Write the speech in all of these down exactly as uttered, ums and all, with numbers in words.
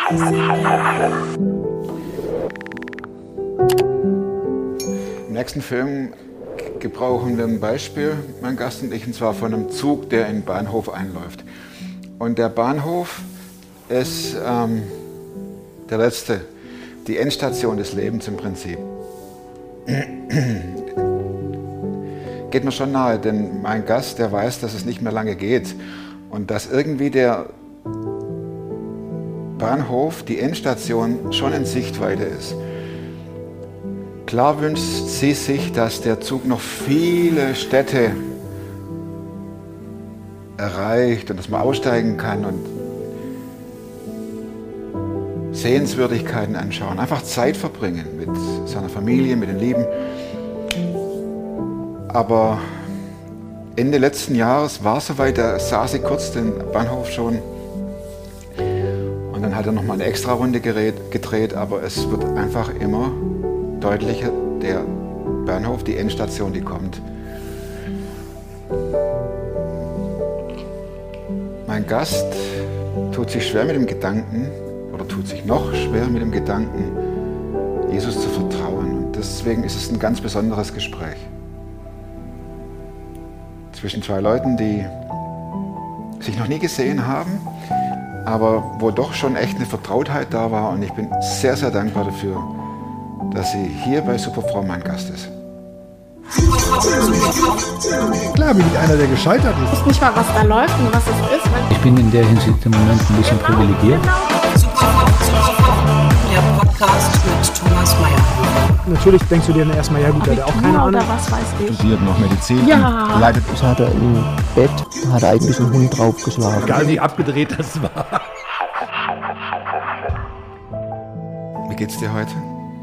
Im nächsten Film gebrauchen wir ein Beispiel, mein Gast und ich, und zwar von einem Zug, der in den Bahnhof einläuft. Und der Bahnhof ist ähm, der letzte, die Endstation des Lebens im Prinzip. Geht mir schon nahe, denn mein Gast, der weiß, dass es nicht mehr lange geht und dass irgendwie der Bahnhof, die Endstation, schon in Sichtweite ist. Klar wünscht sie sich, dass der Zug noch viele Städte erreicht und dass man aussteigen kann und Sehenswürdigkeiten anschauen, einfach Zeit verbringen mit seiner Familie, mit den Lieben. Aber Ende letzten Jahres war es soweit, da saß sie kurz den Bahnhof schon und dann hat er nochmal eine Extra-Runde gedreht, aber es wird einfach immer deutlicher, der Bahnhof, die Endstation, die kommt. Mein Gast tut sich schwer mit dem Gedanken, oder tut sich noch schwer mit dem Gedanken, Jesus zu vertrauen. Und deswegen ist es ein ganz besonderes Gespräch. Zwischen zwei Leuten, die sich noch nie gesehen haben, aber wo doch schon echt eine Vertrautheit da war. Und ich bin sehr, sehr dankbar dafür, dass sie hier bei Superfrau mein Gast ist. Klar bin ich einer, der gescheitert ist. Ich weiß nicht mal, was da läuft und was es ist. Ich bin in der Hinsicht im Moment ein bisschen genau, privilegiert. Genau. Der Podcast mit Thomas Mayer. Natürlich denkst du dir dann erstmal, ja gut, der hat auch keine Ahnung. Oder was weiß ich. Studiert noch Medizin. Ja. Leidet. Ich hatte im Bett, hat eigentlich ein Hund draufgeschlagen. Egal wie abgedreht das war. Wie geht's dir heute?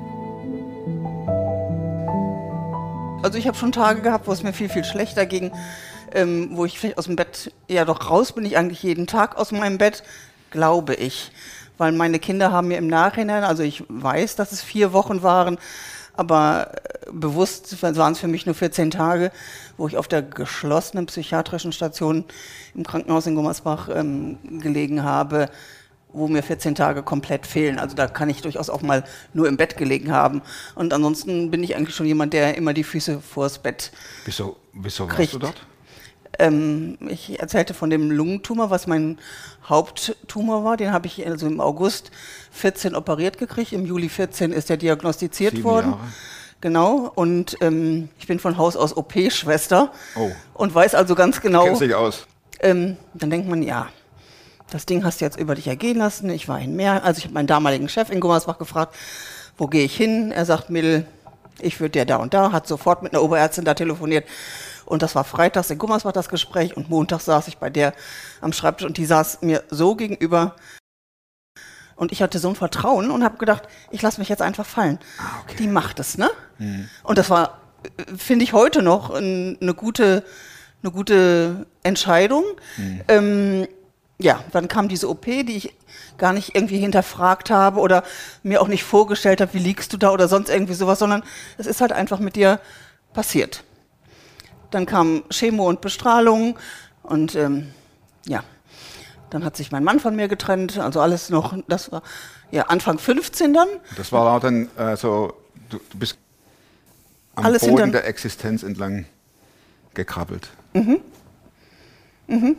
Also ich habe schon Tage gehabt, wo es mir viel, viel schlechter ging, ähm, wo ich vielleicht aus dem Bett, ja doch raus bin ich eigentlich jeden Tag aus meinem Bett, glaube ich. Weil meine Kinder haben mir im Nachhinein, also ich weiß, dass es vier Wochen waren, aber bewusst waren es für mich nur vierzehn Tage, wo ich auf der geschlossenen psychiatrischen Station im Krankenhaus in Gummersbach ähm, gelegen habe, wo mir vierzehn Tage komplett fehlen. Also da kann ich durchaus auch mal nur im Bett gelegen haben. Und ansonsten bin ich eigentlich schon jemand, der immer die Füße vors Bett Wieso, wieso warst kriegt. du dort? Ähm, ich erzählte von dem Lungentumor, was mein Haupttumor war. Den habe ich also im August vierzehn operiert gekriegt. Im Juli vierzehn ist der diagnostiziert Sieben worden. Jahre. Genau. Und ähm, ich bin von Haus aus O P-Schwester Oh. und weiß also ganz genau. Kennst dich aus? Ähm, dann denkt man, ja, das Ding hast du jetzt über dich ergehen lassen. Ich war in Meer. Also ich habe meinen damaligen Chef in Gummersbach gefragt, wo gehe ich hin? Er sagt, Mädel, ich würde dir da und da, hat sofort mit einer Oberärztin da telefoniert. Und das war freitags in Gummersbach das Gespräch und montags saß ich bei der am Schreibtisch und die saß mir so gegenüber. Und ich hatte so ein Vertrauen und habe gedacht, ich lasse mich jetzt einfach fallen. Ah, okay. Die macht es, ne? Mhm. Und das war, finde ich, heute noch ein, eine gute, eine gute Entscheidung. Mhm. Ähm, ja, dann kam diese O P, die ich gar nicht irgendwie hinterfragt habe oder mir auch nicht vorgestellt habe, wie liegst du da oder sonst irgendwie sowas, sondern es ist halt einfach mit dir passiert. Dann kam Chemo und Bestrahlung und ähm, ja, dann hat sich mein Mann von mir getrennt, also alles noch, das war ja Anfang fünfzehn dann. Das war auch dann äh, so, du, du bist am Alles Boden hintern- der Existenz entlang gekrabbelt. Mhm. Mhm.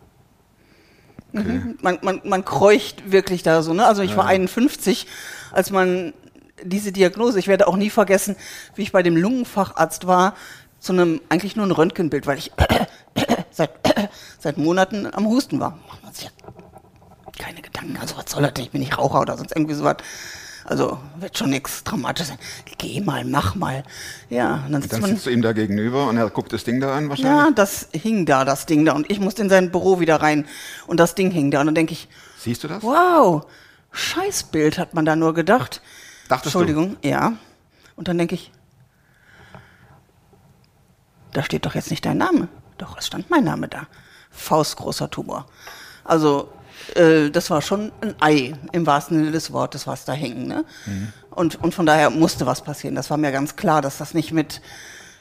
Okay. Mhm. Man, man, man kreucht wirklich da so, ne? Also ich Ja. war einundfünfzig, als man diese Diagnose, ich werde auch nie vergessen, wie ich bei dem Lungenfacharzt war, zu einem, eigentlich nur ein Röntgenbild, weil ich seit, seit Monaten am Husten war. Macht man sich ja keine Gedanken, also was soll das denn, ich bin nicht Raucher oder sonst irgendwie sowas. Also wird schon nichts Dramatisches sein. Geh mal, mach mal. Ja, und dann sitzt Dann man. sitzt du ihm da gegenüber und er guckt das Ding da an Ja, wahrscheinlich. das hing da, das Ding da. Und ich musste in sein Büro wieder rein. Und das Ding hing da. Und dann denke ich, Siehst du das? wow, Scheißbild, hat man da nur gedacht. Dachtest Entschuldigung, ja. Und dann denke ich, da steht doch jetzt nicht dein Name. Doch, es stand mein Name da. Faustgroßer Tumor. Also, äh, das war schon ein Ei, im wahrsten Sinne des Wortes, was da hing. Ne? Mhm. Und, und von daher musste was passieren. Das war mir ganz klar, dass das nicht mit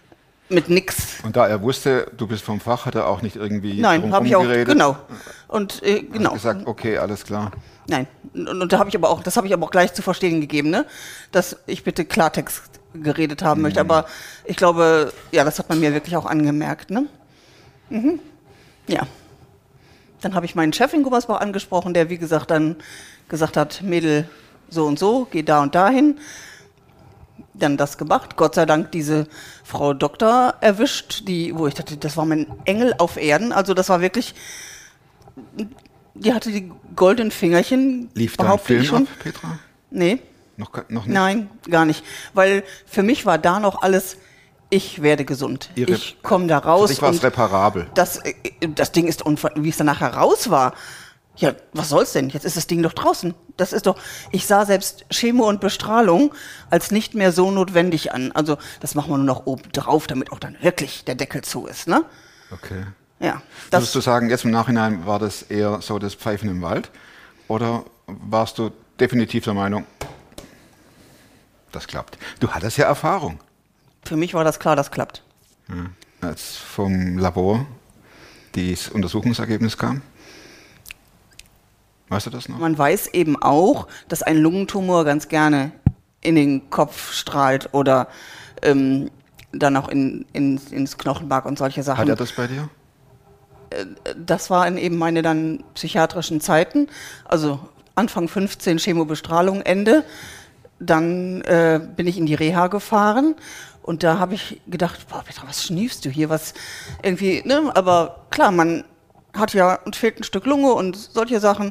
mit nix. Und da er wusste, du bist vom Fach, hat er auch nicht irgendwie Nein, habe ich auch, geredet? genau. Und äh, genau. Hast gesagt, okay, alles klar. Nein, und, und da habe ich aber auch, das habe ich aber auch gleich zu verstehen gegeben, ne? Dass ich bitte Klartext geredet haben mhm. möchte. Aber ich glaube, ja, das hat man mir wirklich auch angemerkt, ne? Mhm. Ja. Dann habe ich meinen Chef in Gummersbach angesprochen, der, wie gesagt, dann gesagt hat, Mädel, so und so, geh da und dahin. Dann das gemacht. Gott sei Dank diese Frau Doktor erwischt, die, wo ich dachte, das war mein Engel auf Erden. Also das war wirklich, die hatte die goldenen Fingerchen. Lief da ein Film schon. ab, Petra? Nee. Noch, noch nicht? Nein, gar nicht. Weil für mich war da noch alles, ich werde gesund. Ihre, ich komme da raus. Für dich war es reparabel. Das, das Ding ist, und wie es danach heraus war, ja, was soll's denn? Jetzt ist das Ding doch draußen. Das ist doch, ich sah selbst Chemo und Bestrahlung als nicht mehr so notwendig an. Also das machen wir nur noch oben drauf, damit auch dann wirklich der Deckel zu ist, ne? Okay. Ja. Würdest du sagen, jetzt im Nachhinein war das eher so das Pfeifen im Wald? Oder warst du definitiv der Meinung, das klappt? Du hattest ja Erfahrung. Für mich war das klar, das klappt. Ja. Als vom Labor das Untersuchungsergebnis kam? Weißt du das noch? Man weiß eben auch, dass ein Lungentumor ganz gerne in den Kopf strahlt oder ähm, dann auch in, in, ins Knochenmark und solche Sachen. Hat er das bei dir? Das waren eben meine dann psychiatrischen Zeiten. Also Anfang fünfzehn Chemobestrahlung, Ende. Dann äh, bin ich in die Reha gefahren und da habe ich gedacht, boah Petra, was schniefst du hier? Was irgendwie, ne? Aber klar, man hat ja, und fehlt ein Stück Lunge und solche Sachen.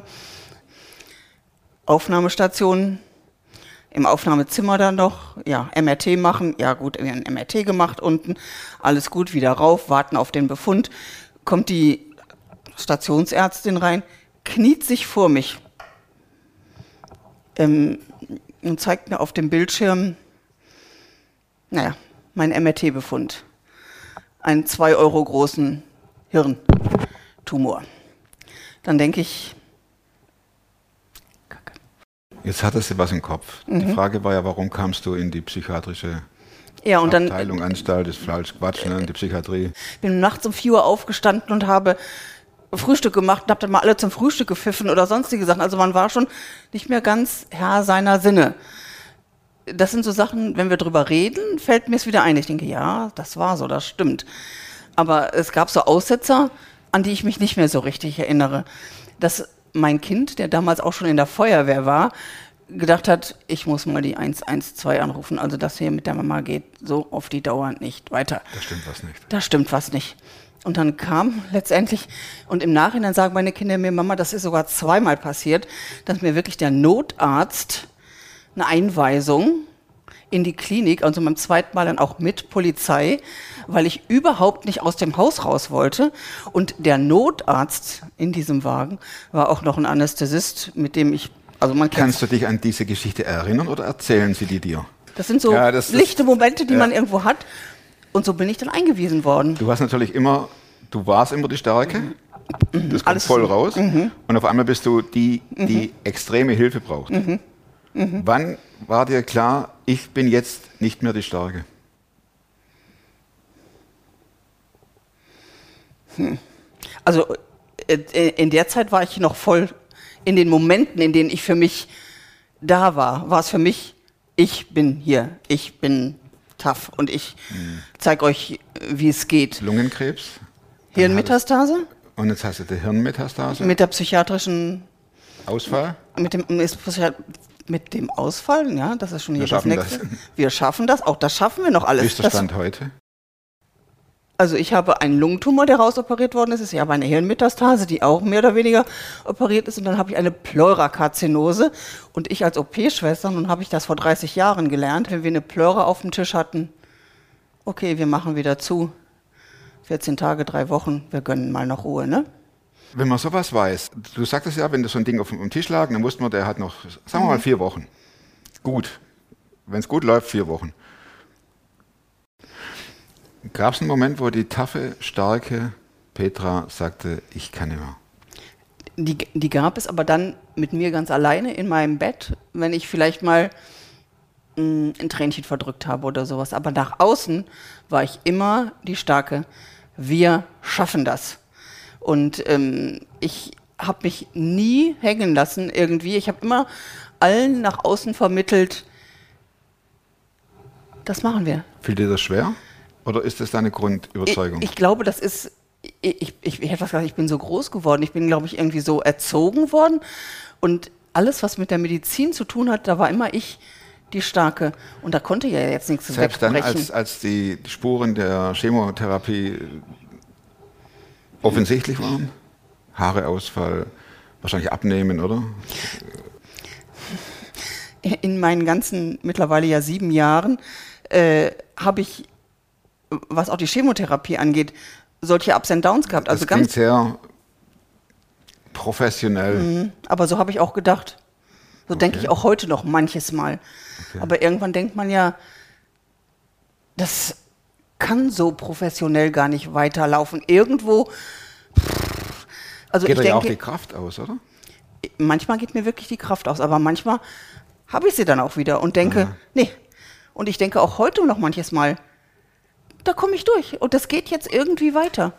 Aufnahmestation, im Aufnahmezimmer dann noch, ja, M R T machen, ja gut, ein M R T gemacht unten, alles gut, wieder rauf, warten auf den Befund. Kommt die Stationsärztin rein, kniet sich vor mich ähm, und zeigt mir auf dem Bildschirm, naja, mein M R T-Befund. Einen zwei Euro großen Hirntumor. Dann denke ich, Kacke. Jetzt hattest du was im Kopf. Mhm. Die Frage war ja, warum kamst du in die psychiatrische ja, und Abteilung, dann, Anstalt, ist falsch, Quatsch, ne, in die Psychiatrie. Bin nachts um vier Uhr aufgestanden und habe Frühstück gemacht und habe dann mal alle zum Frühstück gepfiffen oder sonstige Sachen. Also man war schon nicht mehr ganz Herr seiner Sinne. Das sind so Sachen, wenn wir drüber reden, fällt mir es wieder ein. Ich denke, ja, das war so, das stimmt. Aber es gab so Aussetzer, an die ich mich nicht mehr so richtig erinnere. Dass mein Kind, der damals auch schon in der Feuerwehr war, gedacht hat, ich muss mal die eins eins zwei anrufen. Also das hier mit der Mama geht so auf die Dauer nicht weiter. Da stimmt was nicht. Da stimmt was nicht. Und dann kam letztendlich, und im Nachhinein sagen meine Kinder mir, Mama, das ist sogar zweimal passiert, dass mir wirklich der Notarzt eine Einweisung in die Klinik, also beim zweiten Mal dann auch mit Polizei, weil ich überhaupt nicht aus dem Haus raus wollte. Und der Notarzt in diesem Wagen war auch noch ein Anästhesist, mit dem ich, also man kennt. Kannst du dich an diese Geschichte erinnern oder erzählen sie die dir? Das sind so ja, das, lichte Momente, die ja. man irgendwo hat. Und so bin ich dann eingewiesen worden. Du warst natürlich immer, du warst immer die Starke. Mhm. Das kommt Alles voll raus. Mhm. Und auf einmal bist du die, die mhm. extreme Hilfe braucht. Mhm. Mhm. Wann war dir klar, ich bin jetzt nicht mehr die Starke? Hm. Also äh, in der Zeit war ich noch voll in den Momenten, in denen ich für mich da war, war es für mich, ich bin hier, ich bin tough und ich hm. zeige euch, wie es geht. Lungenkrebs? Hirnmetastase? Und jetzt hast du die Hirnmetastase? Mit der psychiatrischen Ausfall? Mit dem, mit dem Ausfall, ja, das ist schon hier Wir das Nächste. Das. Wir schaffen das, auch das schaffen wir noch alles. Wie ist der Stand das, heute? Also ich habe einen Lungentumor, der rausoperiert worden ist. Ich habe eine Hirnmetastase, die auch mehr oder weniger operiert ist. Und dann habe ich eine Pleurakarzinose. Und ich als O P-Schwester, nun habe ich das vor dreißig Jahren gelernt, wenn wir eine Pleura auf dem Tisch hatten, okay, wir machen wieder zu. vierzehn Tage, drei Wochen, wir gönnen mal noch Ruhe, ne? Wenn man sowas weiß, du sagtest ja, wenn das so ein Ding auf dem Tisch lag, dann wusste man, der hat noch, sagen wir mal, vier Wochen. Gut. Wenn es gut läuft, vier Wochen. Gab es einen Moment, wo die taffe, starke Petra sagte, ich kann nicht mehr? Die, die gab es aber dann mit mir ganz alleine in meinem Bett, wenn ich vielleicht mal mh, ein Tränchen verdrückt habe oder sowas. Aber nach außen war ich immer die Starke. Wir schaffen das. Und ähm, ich habe mich nie hängen lassen irgendwie. Ich habe immer allen nach außen vermittelt, das machen wir. Fiel dir das schwer? Oder ist das deine Grundüberzeugung? Ich, ich glaube, das ist, ich, ich, ich hätte was gesagt, ich bin so groß geworden. Ich bin, glaube ich, irgendwie so erzogen worden. Und alles, was mit der Medizin zu tun hat, da war immer ich die Starke. Und da konnte ja jetzt nichts Selbst wegbrechen. dann, als, als die Spuren der Chemotherapie offensichtlich waren? Haareausfall, wahrscheinlich abnehmen, oder? In meinen ganzen, mittlerweile ja sieben Jahren, äh, habe ich, was auch die Chemotherapie angeht, solche Ups and Downs gehabt. Also das ganz klingt sehr professionell. Mhm, aber so habe ich auch gedacht. So Okay. denke ich auch heute noch manches Mal. Okay. Aber irgendwann denkt man ja, das kann so professionell gar nicht weiterlaufen. Irgendwo, also Geht ich dir ja auch denke, die Kraft aus, oder? manchmal geht mir wirklich die Kraft aus, aber manchmal habe ich sie dann auch wieder und denke, Aha. nee. Und ich denke auch heute noch manches Mal, da komme ich durch und das geht jetzt irgendwie weiter.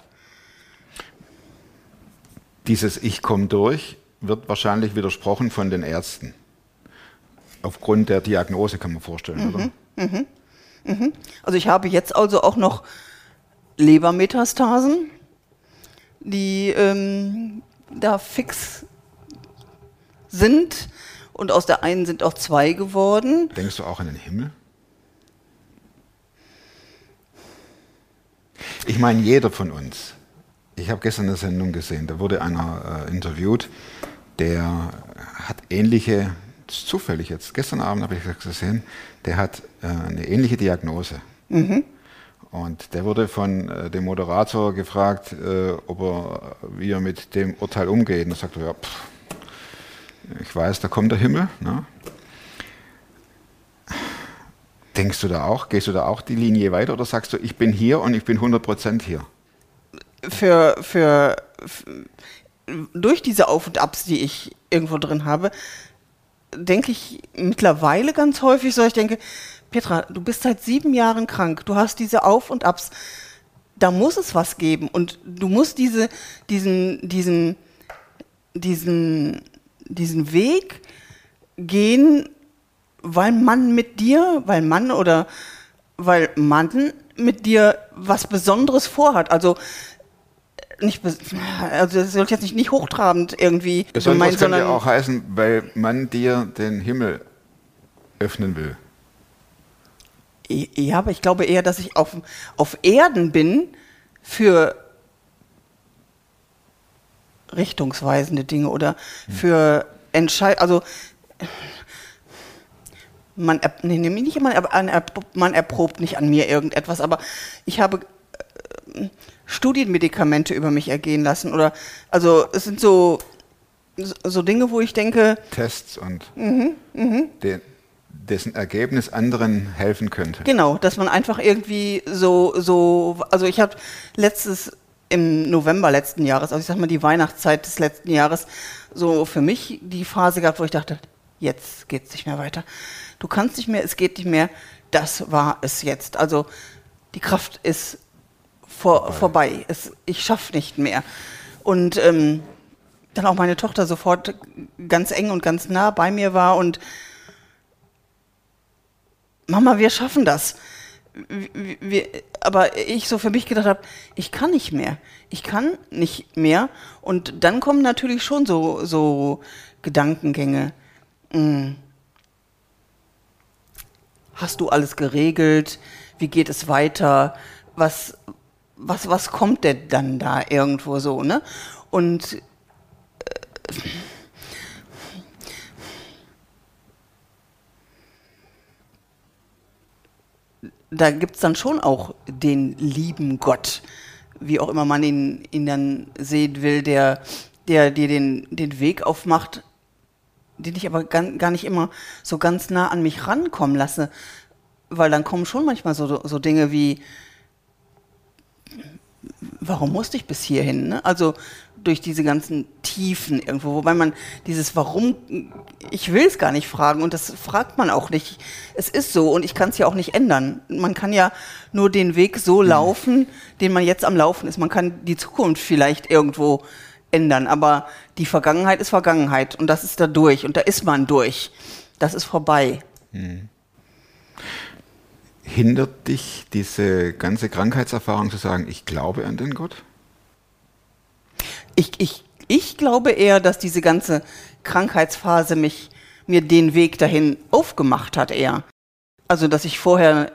Dieses Ich komme durch wird wahrscheinlich widersprochen von den Ärzten. Aufgrund der Diagnose kann man vorstellen, oder? Also ich habe jetzt also auch noch Lebermetastasen, die ähm, da fix sind. Und aus der einen sind auch zwei geworden. Denkst du auch an den Himmel? Ich meine, jeder von uns. Ich habe gestern eine Sendung gesehen, da wurde einer äh, interviewt, der hat ähnliche, das ist zufällig jetzt, gestern Abend habe ich das gesehen, der hat äh, eine ähnliche Diagnose. Mhm. Und der wurde von äh, dem Moderator gefragt, äh, ob er, wie er mit dem Urteil umgeht. Und er sagte, ja, pff, ich weiß, da kommt der Himmel. Ne? Denkst du da auch, gehst du da auch die Linie weiter oder sagst du, ich bin hier und ich bin hundert Prozent hier? Für, für, für, durch diese Auf- und Abs, die ich irgendwo drin habe, denke ich mittlerweile ganz häufig so, ich denke, Petra, du bist seit sieben Jahren krank, du hast diese Auf- und Abs, da muss es was geben und du musst diese, diesen, diesen, diesen, diesen Weg gehen, weil man mit dir, weil Mann oder weil Mann mit dir was Besonderes vorhat. Also nicht, bes- also das soll jetzt nicht, nicht hochtrabend irgendwie Besonders gemeint, könnte sondern auch heißen, weil man dir den Himmel öffnen will. ja, aber ich glaube eher, dass ich auf, auf Erden bin für richtungsweisende Dinge oder für Entscheid, also man, erp- nee, nee, nicht man, erp- an- erp- man erprobt nicht an mir irgendetwas, aber ich habe äh, Studienmedikamente über mich ergehen lassen oder, also es sind so, so Dinge, wo ich denke, Tests und mhm, mhm. de, dessen Ergebnis anderen helfen könnte. Genau, dass man einfach irgendwie so, so, also ich habe letztes, im November letzten Jahres, also ich sag mal die Weihnachtszeit des letzten Jahres, so für mich die Phase gehabt, wo ich dachte, jetzt geht's nicht mehr weiter. Du kannst nicht mehr, es geht nicht mehr, das war es jetzt. Also die Kraft ist vor, vorbei, vorbei. Es, ich schaffe nicht mehr. Und ähm, dann auch meine Tochter sofort ganz eng und ganz nah bei mir war und Mama, wir schaffen das. Wir, wir, aber ich so für mich gedacht habe, ich kann nicht mehr. Ich kann nicht mehr. Und dann kommen natürlich schon so, so Gedankengänge. Hm. Hast du alles geregelt? Wie geht es weiter? Was, was, was kommt denn dann da irgendwo so, ne? Und äh, da gibt es dann schon auch den lieben Gott, wie auch immer man ihn, ihn dann sehen will, der, der dir den, den Weg aufmacht, den ich aber gar, gar nicht immer so ganz nah an mich rankommen lasse. Weil dann kommen schon manchmal so, so Dinge wie, warum musste ich bis hierhin? Ne? Also durch diese ganzen Tiefen irgendwo, wobei man dieses Warum, ich will es gar nicht fragen und das fragt man auch nicht. Es ist so und ich kann es ja auch nicht ändern. Man kann ja nur den Weg so laufen, den man jetzt am Laufen ist. Man kann die Zukunft vielleicht irgendwo ändern, aber die Vergangenheit ist Vergangenheit und das ist da durch und da ist man durch. Das ist vorbei. Hm. Hindert dich diese ganze Krankheitserfahrung zu sagen, ich glaube an den Gott? Ich, ich, ich glaube eher, dass diese ganze Krankheitsphase mich, mir den Weg dahin aufgemacht hat eher. Also, dass ich vorher,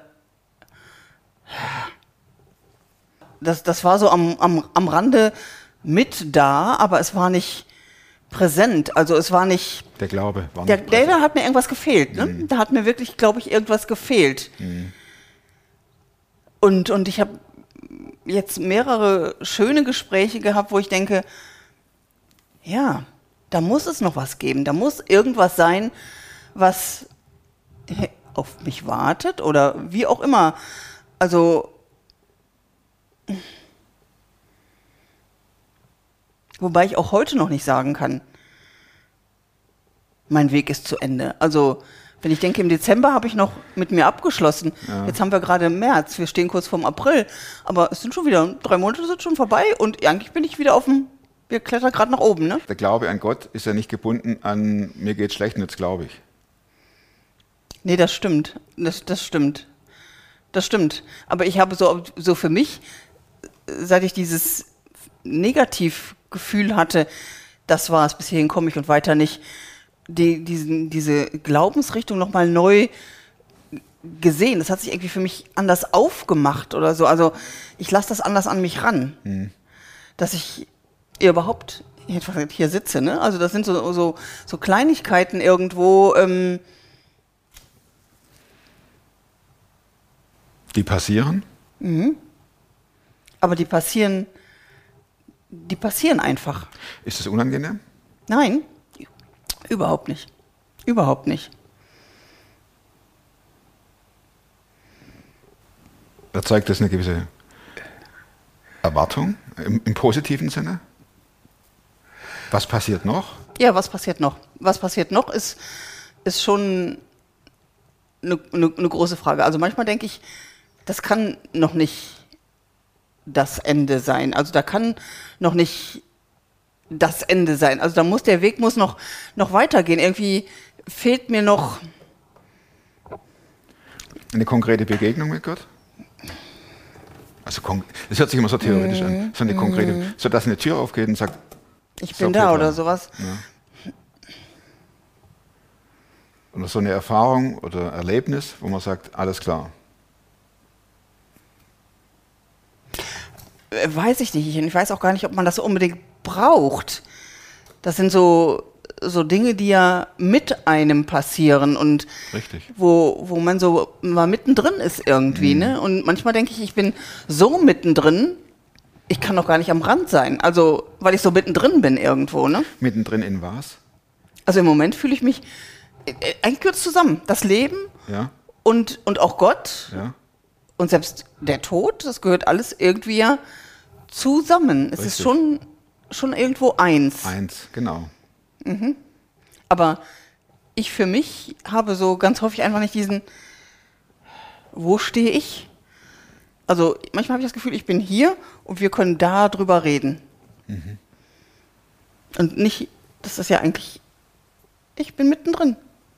das, das war so am, am, am Rande mit da, aber es war nicht präsent. Also es war nicht... Der Glaube war der, nicht der, präsent. Da hat mir irgendwas gefehlt. Ne? Mhm. Da hat mir wirklich, glaube ich, irgendwas gefehlt. Mhm. Und, und ich habe jetzt mehrere schöne Gespräche gehabt, wo ich denke, ja, da muss es noch was geben. Da muss irgendwas sein, was auf mich wartet oder wie auch immer. Also, wobei ich auch heute noch nicht sagen kann, mein Weg ist zu Ende. Also, wenn ich denke, im Dezember habe ich noch mit mir abgeschlossen. Ja. Jetzt haben wir gerade März, wir stehen kurz vorm April. Aber es sind schon wieder, drei Monate sind schon vorbei und eigentlich bin ich wieder auf dem, wir klettern gerade nach oben. Ne? Der Glaube an Gott ist ja nicht gebunden an, mir geht's schlecht und jetzt glaube ich. Nee, das stimmt. Das, das stimmt. Das stimmt. Aber ich habe so, so für mich, seit ich dieses Negativgefühl hatte, das war es, bis hierhin komme ich und weiter nicht, die, diesen, diese Glaubensrichtung nochmal neu gesehen. Das hat sich irgendwie für mich anders aufgemacht oder so. Also ich lasse das anders an mich ran. Hm. Dass ich überhaupt hier sitze. Ne? Also das sind so, so, so Kleinigkeiten irgendwo. Ähm, die passieren? Mhm. Aber die passieren, die passieren einfach. Ist das unangenehm? Nein. Überhaupt nicht. Überhaupt nicht. Erzeugt das eine gewisse Erwartung im, im positiven Sinne? Was passiert noch? Ja, was passiert noch? Was passiert noch ist, ist schon eine, eine, eine große Frage. Also manchmal denke ich, das kann noch nicht das Ende sein. Also da kann noch nicht das Ende sein. Also da muss der Weg muss noch, noch weitergehen. Irgendwie fehlt mir noch eine konkrete Begegnung mit Gott? Also das hört sich immer so theoretisch mm, an. So eine mm. konkrete, so dass eine Tür aufgeht und sagt, ich bin da oder sowas. Ja. Oder so eine Erfahrung oder Erlebnis, wo man sagt, alles klar. Weiß ich nicht. Ich weiß auch gar nicht, ob man das unbedingt braucht. Das sind so, so Dinge, die ja mit einem passieren und Richtig. Wo, wo man so mal mittendrin ist irgendwie. Mhm. Ne? Und manchmal denke ich, ich bin so mittendrin, ich kann doch gar nicht am Rand sein. Also, weil ich so mittendrin bin irgendwo. Ne? Mittendrin in was? Also im Moment fühle ich mich, äh, eigentlich gehört es zusammen. Das Leben ja. und, und auch Gott ja. und selbst der Tod, das gehört alles irgendwie ja zusammen. Es Richtig. ist schon, schon irgendwo eins. Eins, genau. Mhm. Aber ich für mich habe so ganz häufig einfach nicht diesen, wo stehe ich? Also manchmal habe ich das Gefühl, ich bin hier und wir können da drüber reden. Mhm. Und nicht, das ist ja eigentlich, ich bin mittendrin.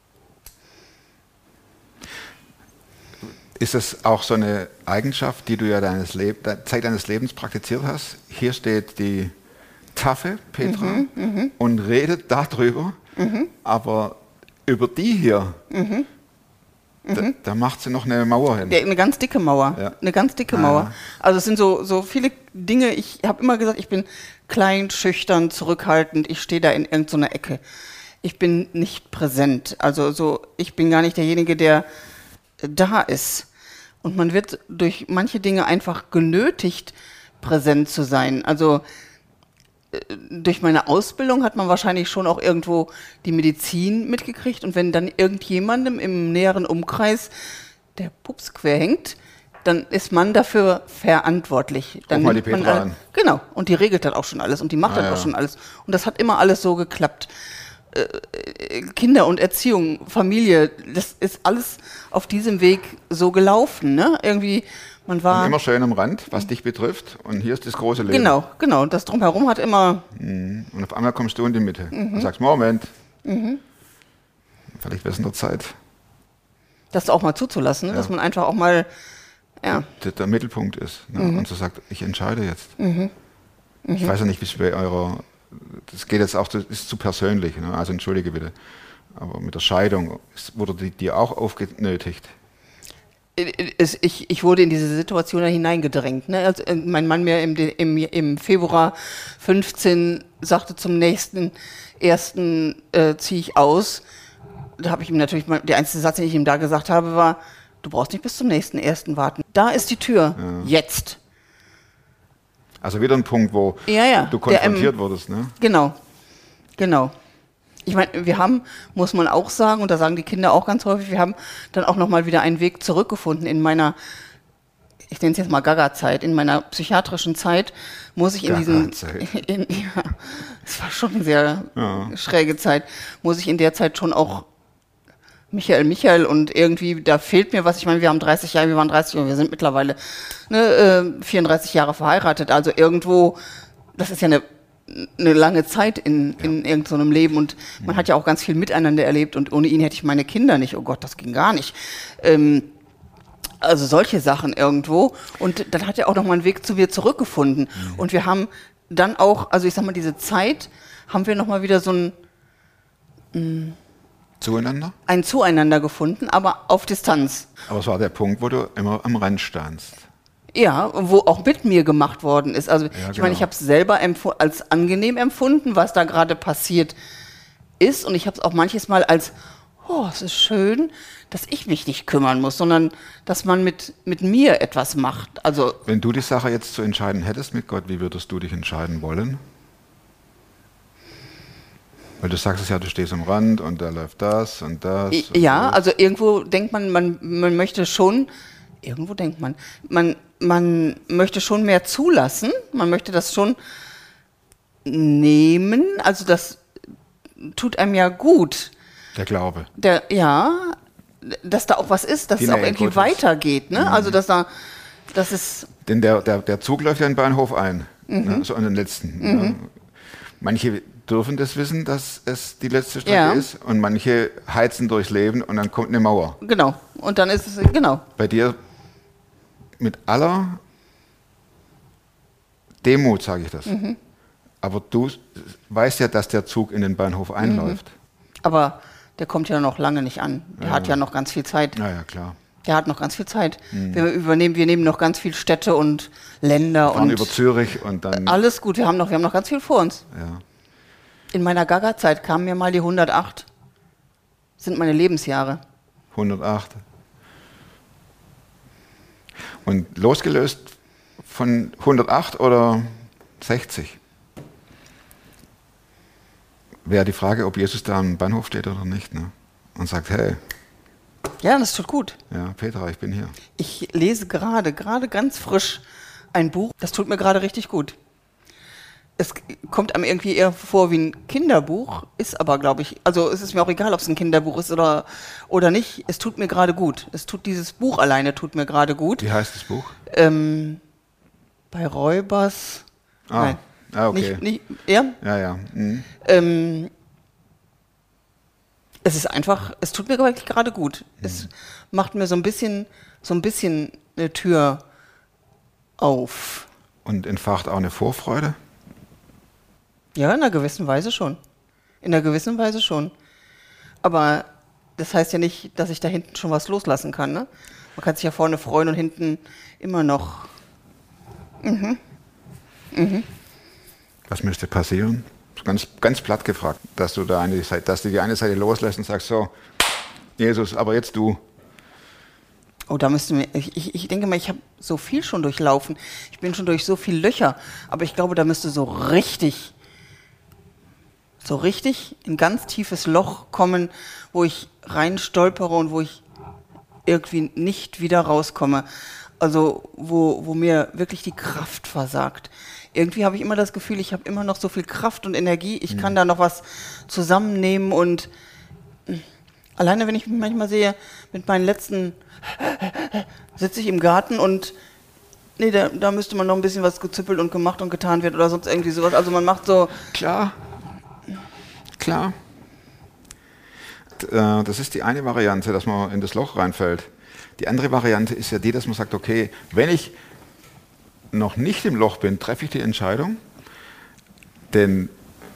Ist es auch so eine Eigenschaft, die du ja deines Leb- Zeit deines Lebens praktiziert hast? Hier steht die taffe Petra mhm, mh. und redet darüber, mhm. aber über die hier, mhm. da, da macht sie noch eine Mauer hin. Ja, eine ganz dicke Mauer, ja. eine ganz dicke ah, Mauer. Ja. Also es sind so, so viele Dinge, ich habe immer gesagt, ich bin klein, schüchtern, zurückhaltend, ich stehe da in irgendeiner Ecke. Ich bin nicht präsent, also so, ich bin gar nicht derjenige, der da ist. Und man wird durch manche Dinge einfach genötigt, präsent zu sein. Also durch meine Ausbildung hat man wahrscheinlich schon auch irgendwo die Medizin mitgekriegt. Und wenn dann irgendjemandem im näheren Umkreis der Pups quer hängt, dann ist man dafür verantwortlich. Dann Ruf mal die nimmt man Petra alle- an. Genau, und die regelt dann auch schon alles und die macht Ah, dann ja. auch schon alles. Und das hat immer alles so geklappt. Äh, äh, Kinder und Erziehung, Familie, das ist alles auf diesem Weg so gelaufen. Ne? Irgendwie, man war... Und immer schön am Rand, was dich betrifft. Und hier ist das große Leben. Genau, genau. Das Drumherum hat immer... Und auf einmal kommst du in die Mitte und sagst, Moment, vielleicht wäre es in der Zeit. Das auch mal zuzulassen, ne? Ja. Dass man einfach auch mal... Ja, Der, der Mittelpunkt ist. Ne? Und so sagt, ich entscheide jetzt. Ich weiß ja nicht, wie es bei eurer, das geht jetzt auch, das ist zu persönlich, ne? Also entschuldige bitte. Aber mit der Scheidung ist- wurde die dir auch aufgenötigt. es, ich, ich wurde in diese Situation da hineingedrängt. Ne? Also, äh, mein Mann mir im, De- im, im Februar fünfzehn sagte zum nächsten ersten äh, ziehe ich aus. Da habe ich ihm natürlich, mal, der einzige Satz, den ich ihm da gesagt habe, war, du brauchst nicht bis zum nächsten ersten warten. Da ist die Tür. Jetzt. Also wieder ein Punkt, wo Ja, ja. du Der, ähm, konfrontiert wurdest. Ne? Genau, genau. Ich meine, wir haben, muss man auch sagen, und da sagen die Kinder auch ganz häufig, wir haben dann auch nochmal wieder einen Weg zurückgefunden in meiner, ich nenne es jetzt mal Gaga-Zeit, in meiner psychiatrischen Zeit, muss ich in diesen, Gaga-Zeit. in, ja, es war schon eine sehr Ja. schräge Zeit, muss ich in der Zeit schon auch Michael, Michael und irgendwie, da fehlt mir was. Ich meine, wir haben dreißig Jahre, wir waren dreißig Jahre, wir sind mittlerweile ne, äh, vierunddreißig Jahre verheiratet. Also irgendwo, das ist ja eine, eine lange Zeit in, in irgendeinem so einem Leben und man hat ja auch ganz viel miteinander erlebt und ohne ihn hätte ich meine Kinder nicht. Oh Gott, das ging gar nicht. Ähm, also solche Sachen irgendwo. Und dann hat er auch noch mal einen Weg zu mir zurückgefunden. Und wir haben dann auch, also ich sag mal, diese Zeit haben wir noch mal wieder so ein Zueinander? ein Zueinander gefunden, aber auf Distanz. Aber es war der Punkt, wo du immer am Rand standst. Ja, wo auch mit mir gemacht worden ist. Also ich genau. meine, ich habe es selber empf- als angenehm empfunden, was da gerade passiert ist. Und ich habe es auch manches Mal als, oh, es ist schön, dass ich mich nicht kümmern muss, sondern dass man mit, mit mir etwas macht. Also Wenn du die Sache jetzt zu entscheiden hättest mit Gott, wie würdest du dich entscheiden wollen? Weil du sagst es ja, du stehst am Rand und da läuft das und das. I- und ja, das. also irgendwo denkt man, man, man möchte schon, irgendwo denkt man, man, man möchte schon mehr zulassen, man möchte das schon nehmen, also das tut einem ja gut. Der Glaube. Der, ja, dass da auch was ist, dass Die es auch Nähe irgendwie Gottes. weitergeht, ne? Also dass da, das ist, Denn der, der, der Zug läuft ja in den Bahnhof ein, Mhm. ne, so an den letzten. Ne. Manche dürfen das wissen, dass es die letzte Strecke Ja. ist und manche heizen durchs Leben und dann kommt eine Mauer. genau, und dann ist es, genau, Bei dir mit aller Demut sage ich das. Mhm. Aber du weißt ja, dass der Zug in den Bahnhof einläuft. aber der kommt ja noch lange nicht an, der hat ja noch ganz viel Zeit. Naja, klar. Der hat noch ganz viel Zeit. Mhm. Wir übernehmen, wir nehmen noch ganz viel Städte und Länder Fahren und über Zürich und dann. alles gut. Wir haben noch, wir haben noch ganz viel vor uns. Ja. In meiner Gaga-Zeit kamen mir mal die hundertacht. Sind meine Lebensjahre. hundertacht. Und losgelöst von hundertacht oder sechzig? Wäre die Frage, ob Jesus da am Bahnhof steht oder nicht. Ne? Und sagt, hey, Ja, das tut gut. ja, Petra, ich bin hier. Ich lese gerade, gerade ganz frisch ein Buch. Das tut mir gerade richtig gut. Es kommt einem irgendwie eher vor wie ein Kinderbuch, ist aber, glaube ich, also es ist mir auch egal, ob es ein Kinderbuch ist oder, oder nicht. Es tut mir gerade gut. Es tut dieses Buch alleine tut mir gerade gut. Wie heißt das Buch? Ähm, bei Räubers. Ah, Nein. ah, okay. Nicht, nicht, ja? Ja, ja. Mhm. Ähm, es ist einfach, es tut mir wirklich gerade gut. Es macht mir so ein bisschen, so ein bisschen eine Tür auf. Und entfacht auch eine Vorfreude? Ja, in einer gewissen Weise schon. In einer gewissen Weise schon. Aber das heißt ja nicht, dass ich da hinten schon was loslassen kann. Ne? Man kann sich ja vorne freuen und hinten immer noch. Was müsste passieren? Ganz, ganz platt gefragt, dass du da eine Seite, dass du die eine Seite loslässt und sagst, so, Jesus, aber jetzt du. Oh, da müssten wir, ich, ich, ich denke mal, ich habe so viel schon durchlaufen. Ich bin schon durch so viele Löcher. Aber ich glaube, da müsste so richtig, so richtig ein ganz tiefes Loch kommen, wo ich rein stolpere und wo ich irgendwie nicht wieder rauskomme. Also wo, wo mir wirklich die Kraft versagt. Irgendwie habe ich immer das Gefühl, ich habe immer noch so viel Kraft und Energie, ich mhm. kann da noch was zusammennehmen und alleine wenn ich mich manchmal sehe, mit meinen letzten sitze ich im Garten und nee, da, da müsste man noch ein bisschen was gezüppelt und gemacht und getan wird oder sonst irgendwie sowas. Also man macht so... Klar, klar. Das ist die eine Variante, dass man in das Loch reinfällt. Die andere Variante ist ja die, dass man sagt, okay, wenn ich noch nicht im Loch bin, treffe ich die Entscheidung, denn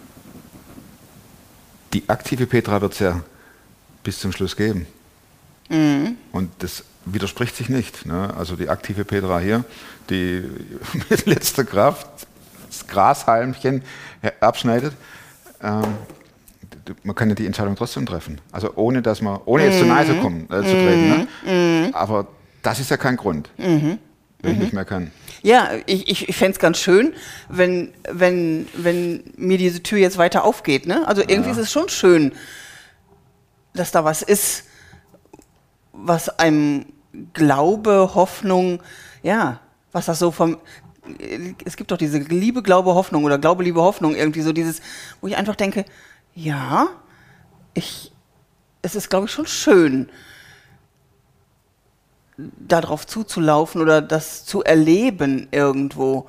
die aktive Petra wird es ja bis zum Schluss geben. Mhm. Und das widerspricht sich nicht. Ne? Also die aktive Petra hier, die mit letzter Kraft das Grashalmchen abschneidet, ähm, man kann ja die Entscheidung trotzdem treffen. Also ohne, dass man, ohne jetzt zu nahe zu kommen, äh, zu treten. Ne? Mhm. Aber das ist ja kein Grund, mhm. wenn ich nicht mehr kann. Ja, ich, ich, ich fände es ganz schön, wenn, wenn, wenn mir diese Tür jetzt weiter aufgeht. Ne? Also irgendwie ja. ist es schon schön, dass da was ist, was einem Glaube, Hoffnung, ja, was das so vom... Es gibt doch diese Liebe, Glaube, Hoffnung oder Glaube, Liebe, Hoffnung, irgendwie so dieses, wo ich einfach denke, ja, ich, es ist, glaube ich, schon schön, darauf zuzulaufen oder das zu erleben irgendwo.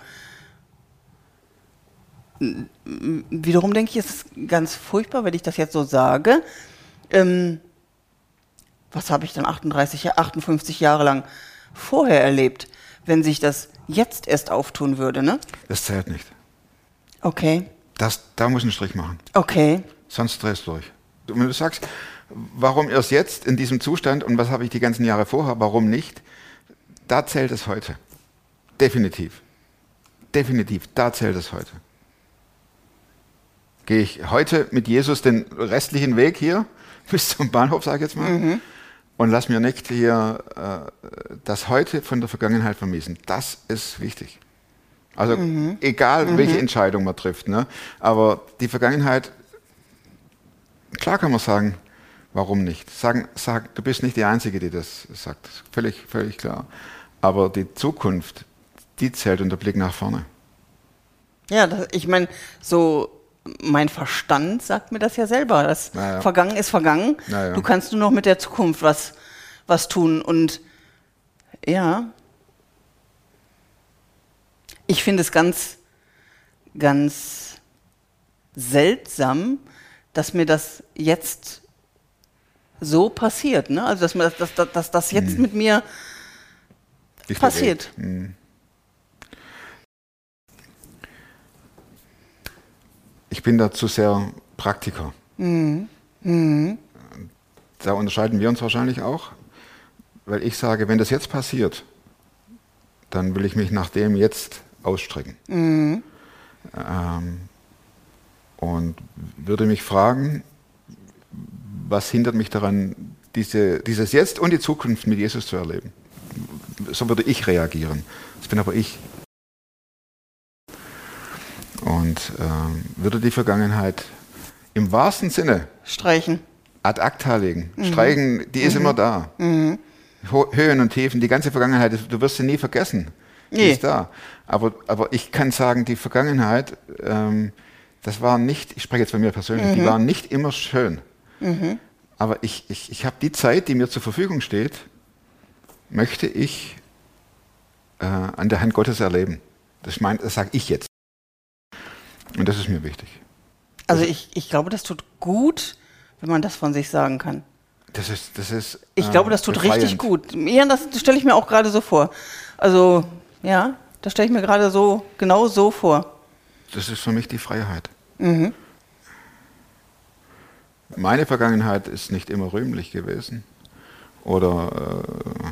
Wiederum denke ich, es ist ganz furchtbar, wenn ich das jetzt so sage. Ähm, was habe ich dann achtunddreißig, achtundfünfzig Jahre lang vorher erlebt, wenn sich das jetzt erst auftun würde, ne? Das zählt nicht. Okay. Das, da muss ich einen Strich machen. Okay. Sonst drehst du durch. Und wenn du sagst, warum erst jetzt in diesem Zustand und was habe ich die ganzen Jahre vorher, warum nicht, da zählt es heute. Definitiv. Definitiv, da zählt es heute. Gehe ich heute mit Jesus den restlichen Weg hier bis zum Bahnhof, sage ich jetzt mal, mhm. und lass mir nicht hier äh, das Heute von der Vergangenheit vermiesen. Das ist wichtig. Also mhm. egal, mhm. welche Entscheidung man trifft. Ne? Aber die Vergangenheit, klar kann man sagen, warum nicht? Sagen, sag, du bist nicht die Einzige, die das sagt. Völlig, völlig klar. Aber die Zukunft, die zählt und der Blick nach vorne. Ja, das, ich meine, so mein Verstand sagt mir das ja selber. Das naja. Vergangen ist vergangen. Naja. Du kannst nur noch mit der Zukunft was, was tun. Und ja, ich finde es ganz, ganz seltsam, dass mir das jetzt so passiert. Ne? Also, dass, mir das, dass, dass, dass das jetzt hm. mit mir ich passiert. Hm. Ich bin da zu sehr Praktiker. Mhm. Mhm. Da unterscheiden wir uns wahrscheinlich auch, weil ich sage, wenn das jetzt passiert, dann will ich mich nach dem jetzt ausstrecken. Mhm. Ähm, und würde mich fragen, was hindert mich daran, diese, dieses Jetzt und die Zukunft mit Jesus zu erleben? So würde ich reagieren. Das bin aber ich. Und ähm, würde die Vergangenheit im wahrsten Sinne streichen, ad acta legen. Mhm. Streichen, die ist mhm. immer da. Mhm. Höhen und Tiefen, die ganze Vergangenheit, du wirst sie nie vergessen. Die nee. ist da. Aber, aber ich kann sagen, die Vergangenheit, ähm, das war nicht, ich spreche jetzt von mir persönlich, mhm. die waren nicht immer schön. Mhm. Aber ich, ich, ich habe die Zeit, die mir zur Verfügung steht, möchte ich äh, an der Hand Gottes erleben. Das, mein, das sage ich jetzt. Und das ist mir wichtig. Also ich, ich glaube, das tut gut, wenn man das von sich sagen kann. Das ist, das ist, ich äh, glaube, das tut befreiend. Richtig gut. Ja, das stelle ich mir auch gerade so vor. Also, ja, das stelle ich mir gerade so, genau so vor. Das ist für mich die Freiheit. Mhm. Meine Vergangenheit ist nicht immer rühmlich gewesen. Oder äh,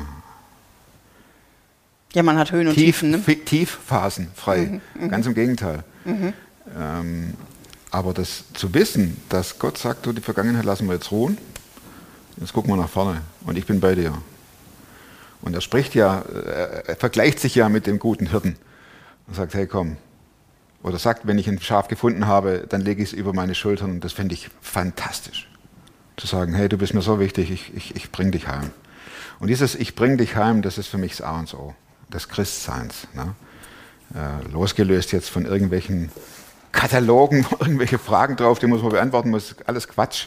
ja, man hat Höhen und tief, Tiefen. Ne? Tiefphasen frei. Mhm, Ganz im Gegenteil. Mhm. Ähm, aber das zu wissen, dass Gott sagt, du, die Vergangenheit lassen wir jetzt ruhen, jetzt gucken wir nach vorne und ich bin bei dir. Und er spricht ja, er vergleicht sich ja mit dem guten Hirten und sagt, hey komm, oder sagt, wenn ich ein Schaf gefunden habe, dann lege ich es über meine Schultern und das fände ich fantastisch. Zu sagen, hey, du bist mir so wichtig, ich, ich, ich bring dich heim. Und dieses Ich bring dich heim, das ist für mich das A und O. des Christseins. Ne? Äh, losgelöst jetzt von irgendwelchen Katalogen, wo irgendwelche Fragen drauf, die muss man beantworten muss, alles Quatsch.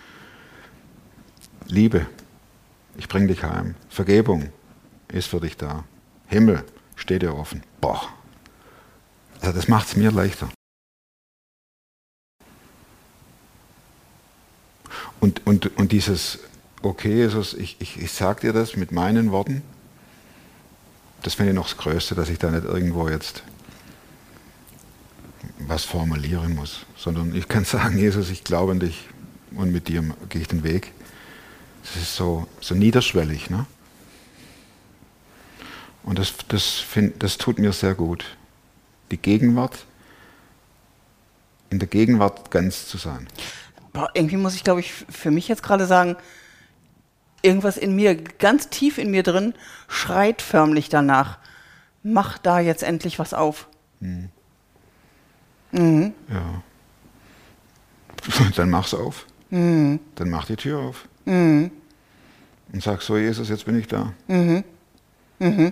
Liebe, ich bring dich heim. Vergebung ist für dich da. Himmel steht dir offen. Boah, also das macht es mir leichter. Und, und, und dieses, okay, Jesus, ich, ich, ich sag dir das mit meinen Worten, das finde ich noch das Größte, dass ich da nicht irgendwo jetzt was formulieren muss, sondern ich kann sagen, Jesus, ich glaube an dich und mit dir gehe ich den Weg. Das ist so, so niederschwellig, ne? Und das, das, find, das tut mir sehr gut. Die Gegenwart, in der Gegenwart ganz zu sein. Boah, irgendwie muss ich, glaube ich, für mich jetzt gerade sagen, irgendwas in mir, ganz tief in mir drin, schreit förmlich danach. Mach da jetzt endlich was auf. Hm. Mhm. Ja. Dann mach's auf. Mhm. Dann mach die Tür auf. Mhm. Und sag so, Jesus, jetzt bin ich da. Mhm. Mhm.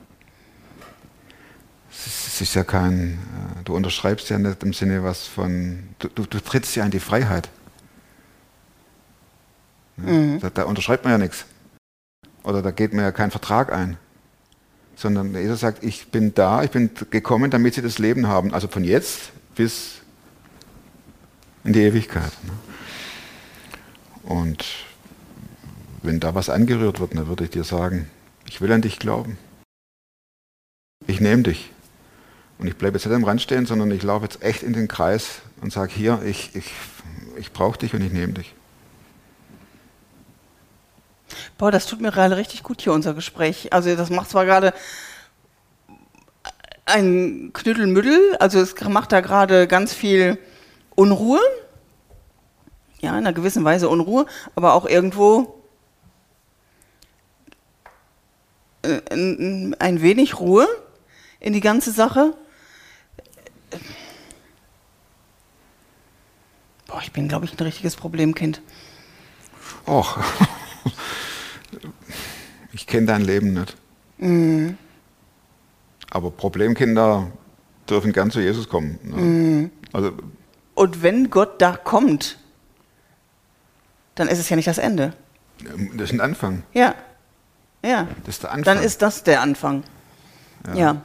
Es ist ja kein, du unterschreibst ja nicht im Sinne was von, du, du, du trittst ja in die Freiheit. Mhm. Da, da unterschreibt man ja nichts. Oder da geht man ja keinen Vertrag ein. Sondern Jesus sagt, ich bin da, ich bin gekommen, damit sie das Leben haben. Also von jetzt bis in die Ewigkeit. Und wenn da was angerührt wird, dann würde ich dir sagen, ich will an dich glauben. Ich nehme dich. Und ich bleibe jetzt nicht am Rand stehen, sondern ich laufe jetzt echt in den Kreis und sage, hier, ich, ich, ich brauche dich und ich nehme dich. Boah, das tut mir gerade richtig gut hier, unser Gespräch. Also das macht zwar gerade ein Knüttelmüttel, also es macht da gerade ganz viel Unruhe. Ja, in einer gewissen Weise Unruhe, aber auch irgendwo äh, ein, ein wenig Ruhe in die ganze Sache. Boah, ich bin, glaube ich, ein richtiges Problemkind. Och, ich kenne dein Leben nicht. Mhm. Aber Problemkinder dürfen gern zu Jesus kommen. Ne? Mhm. Also, und wenn Gott da kommt, dann ist es ja nicht das Ende. das ist ein Anfang. Ja, ja. Das ist der Anfang. Dann ist das der Anfang. Ja. ja.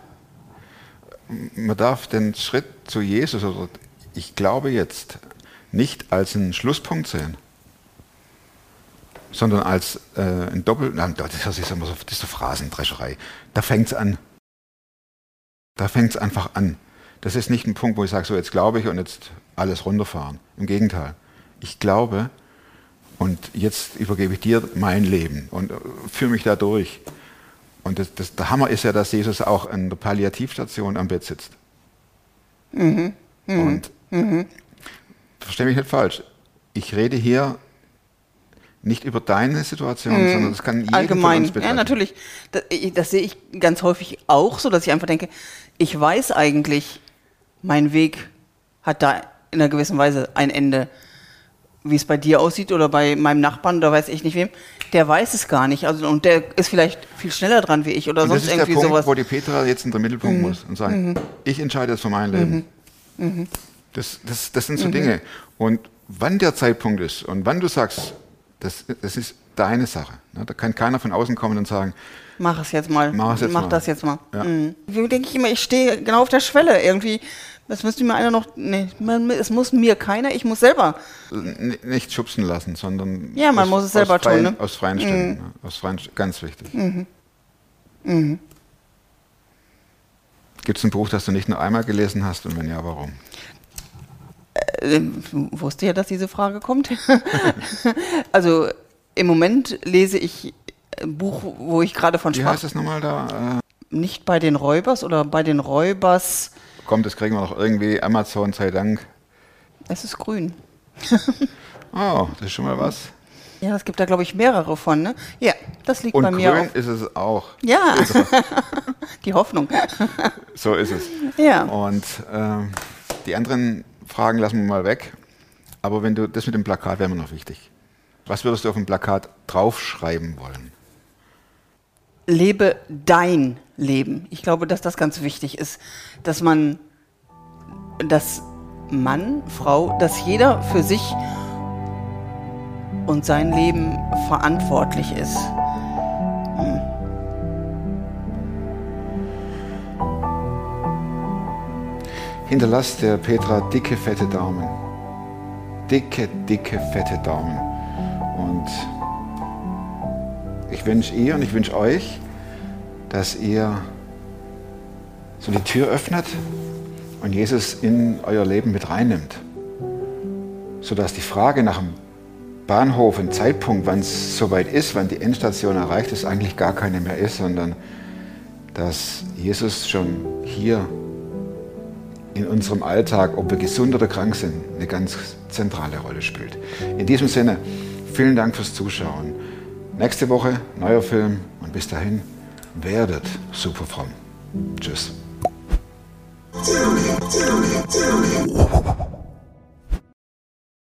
Man darf den Schritt zu Jesus, oder ich glaube jetzt, nicht als einen Schlusspunkt sehen, sondern als äh, ein Doppel... Na, das ist immer so, das ist so Phrasendrescherei. Da fängt es an. Da fängt es einfach an. Das ist nicht ein Punkt, wo ich sage, so jetzt glaube ich und jetzt alles runterfahren. Im Gegenteil. Ich glaube und jetzt übergebe ich dir mein Leben und äh, führe mich da durch. Und das, das, der Hammer ist ja, dass Jesus auch an der Palliativstation am Bett sitzt. Mhm. Mhm. Und mhm. verstehe mich nicht falsch. Ich rede hier nicht über deine Situation, mhm. sondern das kann jeden allgemein von uns betreffen. Ja, natürlich. Das, das sehe ich ganz häufig auch so, dass ich einfach denke, ich weiß eigentlich, mein Weg hat da in einer gewissen Weise ein Ende. Wie es bei dir aussieht oder bei meinem Nachbarn oder weiß ich nicht wem, der weiß es gar nicht. Also, und der ist vielleicht viel schneller dran wie ich oder und sonst das ist irgendwie der Punkt, sowas. wo die Petra jetzt in den Mittelpunkt mhm. muss und sagt, mhm. ich entscheide jetzt für mein Leben. Mhm. Mhm. Das, das, das sind so mhm. Dinge. Und wann der Zeitpunkt ist und wann du sagst, das, das ist deine Sache. Da kann keiner von außen kommen und sagen, mach es jetzt mal, mach, es jetzt mach mal. das jetzt mal. Ja. Mhm. Wie denke ich immer, ich stehe genau auf der Schwelle irgendwie. Das müsste mir einer noch, nee, man, es muss mir keiner, ich muss selber. N- nicht schubsen lassen, sondern ja, man aus, muss es selber aus freien, tun. Ne? Aus freien Stücken. Mhm. Ne? Aus freien, ganz wichtig. Mhm. Mhm. Gibt es ein Buch, das du nicht nur einmal gelesen hast und wenn ja, warum? Äh, wusste ja, dass diese Frage kommt. Also im Moment lese ich ein Buch, wo ich gerade von Wie sprach. heißt es nochmal da? Äh, Nicht bei den Räubers oder bei den Räubers. Kommt, das kriegen wir noch irgendwie, Amazon sei Dank. Es ist grün. Oh, das ist schon mal was. Ja, es gibt da, glaube ich, mehrere von, ne? Ja, das liegt Und bei mir grün auf. ist es auch. Ja, die Hoffnung. So ist es. Ja. Und ähm, die anderen Fragen lassen wir mal weg. Aber wenn du das mit dem Plakat wäre mir noch wichtig. Was würdest du auf dem Plakat draufschreiben wollen? lebe dein Leben. Ich glaube, dass das ganz wichtig ist, dass man, dass Mann, Frau, dass jeder für sich und sein Leben verantwortlich ist. Hm. Hinterlasst der Petra dicke, fette Daumen. Dicke, dicke, fette Daumen. Und ich wünsche ihr und ich wünsche euch, dass ihr so die Tür öffnet und Jesus in euer Leben mit reinnimmt. Sodass die Frage nach dem Bahnhof, ein Zeitpunkt, wann es soweit ist, wann die Endstation erreicht ist, eigentlich gar keine mehr ist, sondern dass Jesus schon hier in unserem Alltag, ob wir gesund oder krank sind, eine ganz zentrale Rolle spielt. In diesem Sinne, vielen Dank fürs Zuschauen. Nächste Woche neuer Film und bis dahin, werdet super fromm. Tschüss.